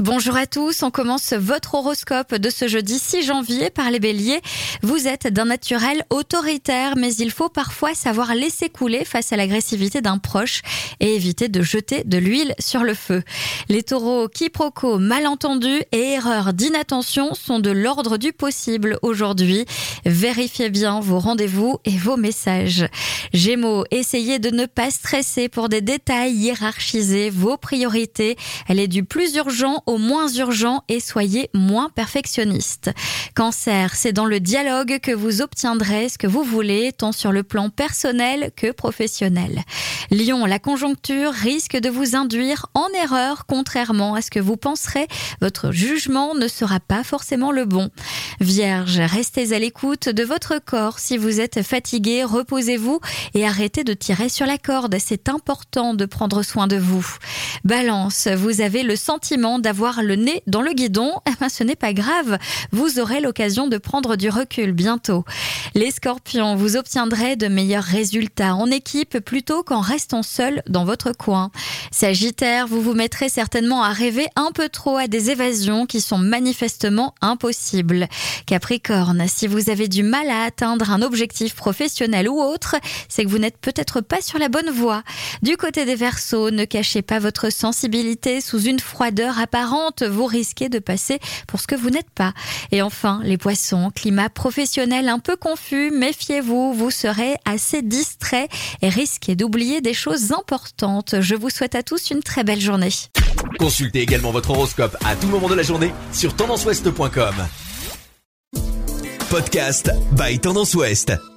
Bonjour à tous, on commence votre horoscope de ce jeudi 6 janvier par les béliers. Vous êtes d'un naturel autoritaire, mais il faut parfois savoir laisser couler face à l'agressivité d'un proche et éviter de jeter de l'huile sur le feu. Les taureaux, quiproquos, malentendus et erreurs d'inattention sont de l'ordre du possible aujourd'hui. Vérifiez bien vos rendez-vous et vos messages. Gémeaux, essayez de ne pas stresser pour des détails, hiérarchisez vos priorités. Elle est du plus urgent au moins urgent et soyez moins perfectionniste. Cancer, c'est dans le dialogue que vous obtiendrez ce que vous voulez, tant sur le plan personnel que professionnel. Lion, la conjoncture risque de vous induire en erreur, contrairement à ce que vous penserez. Votre jugement ne sera pas forcément le bon. Vierge, restez à l'écoute de votre corps. Si vous êtes fatigué, reposez-vous et arrêtez de tirer sur la corde. C'est important de prendre soin de vous. Balance, vous avez le sentiment d'avoir le nez dans le guidon. Ce n'est pas grave. Vous aurez l'occasion de prendre du recul bientôt. Les scorpions, vous obtiendrez de meilleurs résultats en équipe plutôt qu'en restant seul dans votre coin. Sagittaire, vous vous mettrez certainement à rêver un peu trop à des évasions qui sont manifestement impossibles. Capricorne, si vous avez du mal à atteindre un objectif professionnel ou autre, c'est que vous n'êtes peut-être pas sur la bonne voie. Du côté des Verseaux, ne cachez pas votre sensibilité sous une froideur apparente, vous risquez de passer pour ce que vous n'êtes pas. Et enfin, les Poissons, climat professionnel un peu confus, méfiez-vous, vous serez assez distrait et risquez d'oublier des choses importantes. Je vous souhaite à tous une très belle journée. Consultez également votre horoscope à tout moment de la journée sur tendanceouest.com. Podcast by Tendance Ouest.